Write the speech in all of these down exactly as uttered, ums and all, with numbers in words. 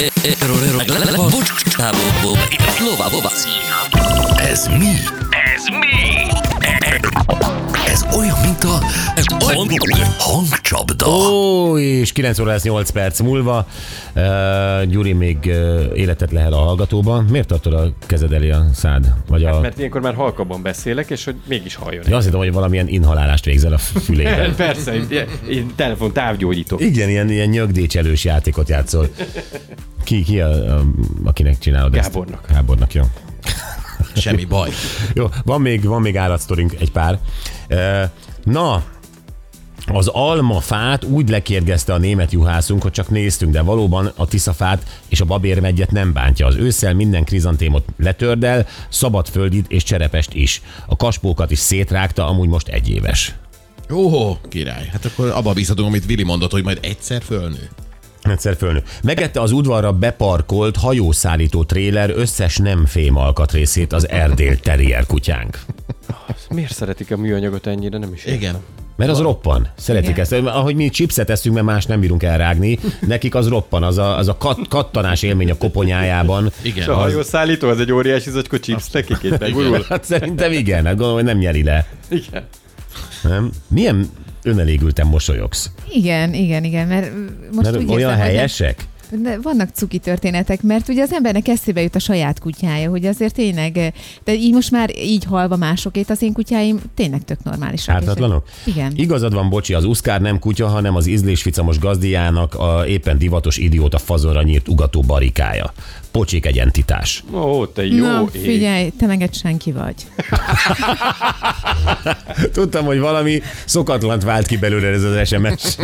Ez mi? Ez mi? Ez olyan, mint a hangcsapda. Ó, és kilenc óra lesz nyolc perc múlva. Uh, Gyuri még uh, életet lehet a hallgatóban. Miért tartod a kezed elé a szád? Vagy hát, a... mert ilyenkor már halkabban beszélek, és hogy mégis halljon. Ja, azt hittem, hogy valamilyen inhalálást végzel a fülében. Persze, én telefon távgyógyítok. Igen, ilyen, ilyen nyögdécselős játékot játszol. Ki, ki a, a, akinek csinálod Gábornak. ezt? Gábornak, jó. Semmi baj. Jó, van még, van még állatsztorink egy pár. Na, az almafát úgy lekérgezte a német juhászunk, hogy csak néztünk, de valóban a tiszafát és a babérmegyet nem bántja. Az ősszel minden krizantémot letördel, szabadföldit és cserepest is. A kaspókat is szétrágta, amúgy most egyéves. Ó, király. Hát akkor abba bízhatunk, amit Vili mondott, hogy majd egyszer fölnő. Egyszer fölnő. Megette az udvarra beparkolt hajószállító tréler összes nem fém alkatrészét az Erdél terrier kutyánk. Miért szeretik a műanyagot ennyire? Nem is értem. Igen. Mert az roppan. Szeretik Igen. ezt. Ahogy mi chipset eszünk, mert más nem bírunk elrágni, nekik az roppan, az a, az a kat, kattanás élmény a koponyájában. Igen. És a hajószállító, az egy óriási zacskó chips, neki két megurul. Hát szerintem igen, hát gondolom, hogy nem nyeri le. Igen. Nem? Milyen önelégülten mosolyogsz? Igen, igen, igen, mert most Mert úgy olyan érzem, helyesek? De vannak cuki történetek, mert ugye az embernek eszébe jut a saját kutyája, hogy azért tényleg, de így most már így halva másokét, az én kutyáim tényleg tök normálisak. Ártatlanok? Igen. Igazad van, bocsi, az uszkár nem kutya, hanem az ízlésficamos gazdiának a éppen divatos idióta fazonra nyírt ugató barikája. Pocsék egy entitás. Ó, te jó Na, ég. figyelj, te meg egy senki vagy. Tudtam, hogy valami szokatlant vált ki belőle ez az es em es.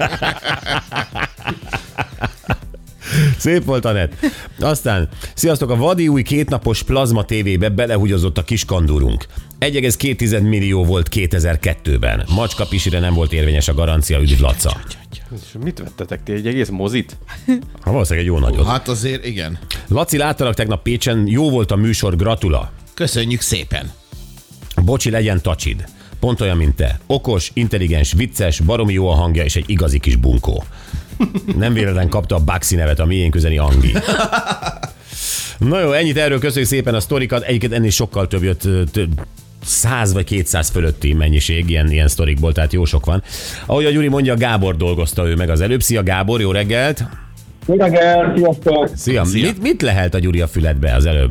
Szép volt, Anett. Aztán, sziasztok, a vadi új kétnapos plazma tévébe belehugyozott a kis kandurunk. egy egész két millió volt kétezer-kettőben. Macska pisire nem volt érvényes a garancia, üdv Laca. És mit vettetek ti? Egy egész mozit? Ha valószínűleg egy jó nagyot. Hát azért igen. Laci, láttalak tegnap Pécsen, jó volt a műsor, gratula. Köszönjük szépen. Bocsi, legyen tacsid. Pont olyan, mint te. Okos, intelligens, vicces, baromi jó a hangja és egy igazi kis bunkó. Nem véletlen kapta a Baxi nevet, a miénk üzeni Angi. Na jó, ennyit erről, köszönjük szépen a sztorikat. Egyiket ennél sokkal több jött, több, száz vagy kétszáz fölötti mennyiség ilyen, ilyen sztorikból, tehát jó sok van. Ahogy a Gyuri mondja, Gábor dolgozta ő meg az előbb. Szia Gábor, jó reggelt! Jó reggelt, sziasztok! Szia! Szia. Mit, mit lehelt a Gyuri a füledbe az előbb?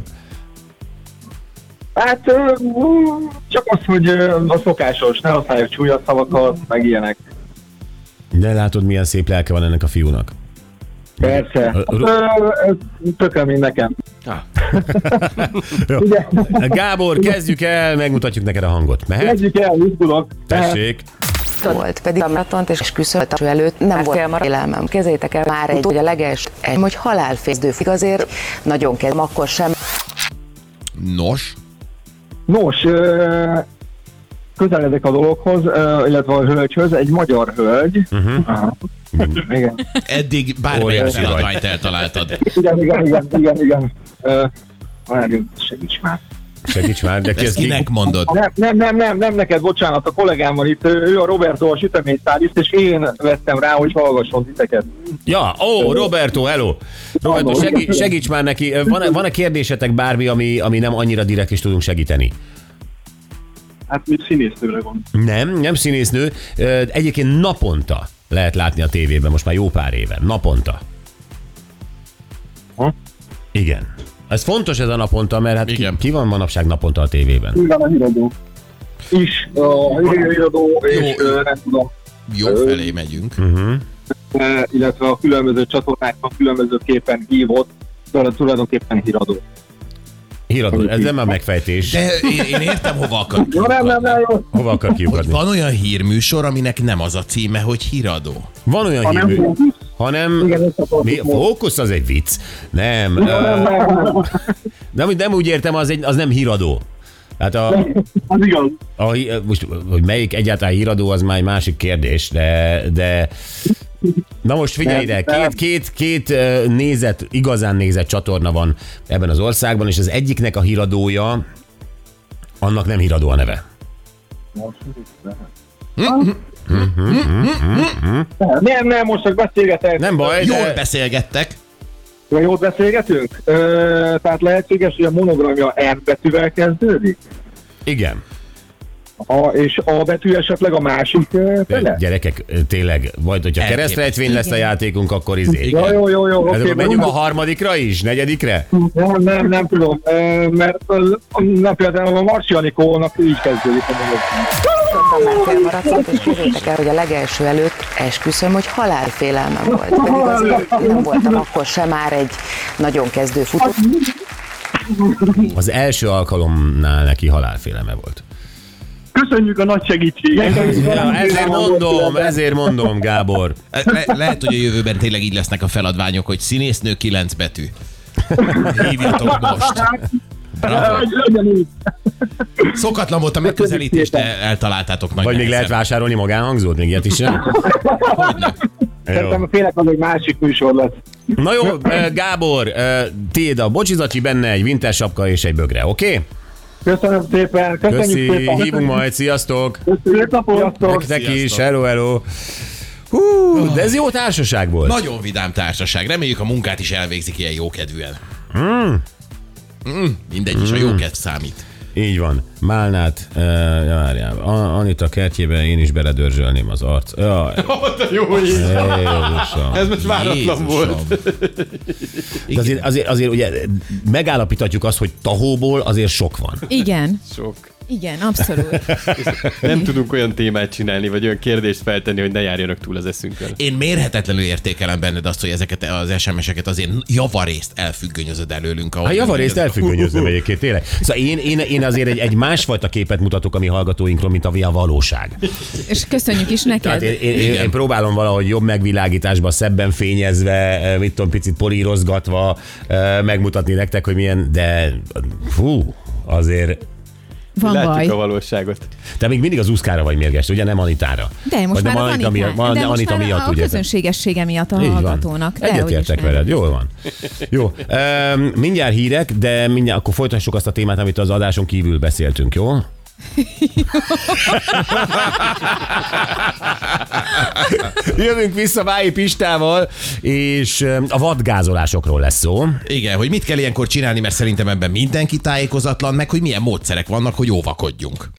Hát ö, csak az, hogy ö, a szokásos, ne használjuk csúlyos szavakat, meg ilyenek. De látod, milyen szép lelke van ennek a fiúnak. Persze. Hát, Ru- ö, ö, tökre, mint nekem. Ah. Jó. Gábor, kezdjük el, megmutatjuk neked a hangot. Mehet? Kezdjük el, izgulok. Tessék. Volt, pedig a maratont és küszölt előtt nem volt félelmem. Kezétek el már egy, hogy a leges, egy, hogy halálfézdő fig azért nagyon kezdem, akkor sem. Nos, Nos, ö, közeledek a dologhoz, ö, illetve a hölgyhöz, egy magyar hölgy. Uh-huh. Igen. eddig bármelyik Óriási vagy. feladványt eltaláltad. igen, igen, igen, igen, igen. Ö, várjunk, segíts már. Segíts már, de ki Ezt kinek mondod? Nem, nem, nem, nem, nem neked, bocsánat, a kollégám van itt, ő a Roberto, a süteményszállízt, és én vettem rá, hogy hallgasson titeket. Ja, ó, Roberto, hello. Roberto, segíts, segíts már neki. Van-e, van-e kérdésetek bármi, ami, ami nem annyira direkt is tudunk segíteni? Hát, mit színésznőre van. Nem, nem színésznő. Ö, Egyébként naponta lehet látni a tévében, most már jó pár éve. Naponta. Ha? Igen. Ez fontos ez a naponta, mert hát ki, Igen. ki van manapság naponta a tévében? Igen, a híradó. Is, a híradó, és Jó. ö, nem tudom, Jó felé megyünk. Uh-huh. ö, illetve a különböző csatornáknak különbözőképpen hívott, de tulajdonképpen híradó. Híradó, ez nem a megfejtés. De én, én értem, hova akar Jó, nem, nem, nem, jó. Hova akar Hogy kiukadni? van olyan hírműsor, aminek nem az a címe, hogy híradó. Van olyan Ha nem hívő, fókusz, hanem... igen, összetartjuk Mi, most. fókusz az egy vicc. Nem. Jó, nem, ö, nem, nem, Nem, nem úgy értem, az, egy, az nem híradó. Hát a, az igaz. a, most, hogy melyik egyáltalán híradó, az már egy másik kérdés, de, de na most figyelj ide, két, két, két ö, nézet, igazán nézett csatorna van ebben az országban, és az egyiknek a híradója, annak nem híradó a neve. Nem, nem, most csak beszélgetek. Nem baj, Jól de beszélgettek. Jót beszélgetünk? Ö, tehát lehetséges, hogy a monogramja R betűvel kezdődik? Igen. A, és A betű esetleg a másik ö, fele? Gyerekek, tényleg, vagy hogyha Elképesztő. keresztrejtvény lesz a játékunk, akkor izé. Ja, jó, jó, jó. Ez oké, akkor menjünk a mert- harmadikra is? Negyedikre? Nem, nem, nem tudom, ö, mert ö, nem, például a Marsi Anikónak így kezdődik a monogramja. Sokan már félmaradtak, és képzeljétek el, hogy a legelső előtt esküszöm, hogy halálfélelmem volt. Pedig azért nem voltam akkor sem már egy nagyon kezdő futó. Az első alkalomnál neki halálfélelme volt. Köszönjük a nagy segítséget! Ja, ezért mondom, ezért mondom, Gábor. Le, lehet, hogy a jövőben tényleg így lesznek a feladványok, hogy színésznő kilenc betű. Hívjatok most. Bravo. Legyen így. Szokatlan volt a megközelítés, de eltaláltátok nagy Vagy még lehet nehezen. vásárolni magánhangzót, még ilyet is sem? Hogyne. Jó. Szerintem félek, az egy másik műsor lesz. Na jó, eh, Gábor, eh, tiéd a bocsizacsi, benne egy winter sapka és egy bögre, oké? Okay? Köszönöm szépen, köszönjük Köszi, szépen. hívunk majd, sziasztok! Szép napot! Sziasztok. Nektek is, Sziasztok. hello, hello! Hú, de ez jó társaság volt. Nagyon vidám társaság. Reméljük a munkát is elvégzik ilyen jókedvűen. Mm. Mm, mindegy is, a jókedv számít. Így van. Málnát, uh, várjál, A- Anita kertjébe én is beledörzsölném az arc. Jaj, Jó, így. Jézusom. Ez most váratlan Jézusom. volt. De azért, azért, azért ugye megállapíthatjuk azt, hogy tahóból azért sok van. Igen, Sok. igen, abszolút. Nem tudunk olyan témát csinálni, vagy olyan kérdést feltenni, hogy ne járjanak túl az eszünkön. Én mérhetetlenül értékelem benned azt, hogy ezeket az es em es-eket azért javarészt elfüggönyözöd előlünk. Hát javarészt elfüggönyözöm egyébként, tényleg. Szóval én, én, én azért egy, egy másfajta képet mutatok a mi hallgatóinkról, mint ami a valóság. És köszönjük is Tehát neked. én, én, én, én próbálom valahogy jobb megvilágításba, szebben fényezve, mit tudom, picit polírozgatva megmutatni nektek, hogy milyen, de fú, azért... Van Látjuk baj. a valóságot. Te még mindig az úszkára vagy mérges, ugye? Nem Anitára. De most Vagy már nem az Anita Anita, miatt, van- de most Anita már miatt, a ugye? közönségessége miatt a Így van. hallgatónak. De hogy is Egyetértek nem. veled, jól van. Jó, um, mindjárt hírek, de mindjárt akkor folytassuk azt a témát, amit az adáson kívül beszéltünk, jó? Jövünk vissza Vályi Pistával, és um, a vadgázolásokról lesz szó. Igen, hogy mit kell ilyenkor csinálni, mert szerintem ebben mindenki tájékozatlan, meg hogy milyen módszerek vannak, hogy óvakodjunk.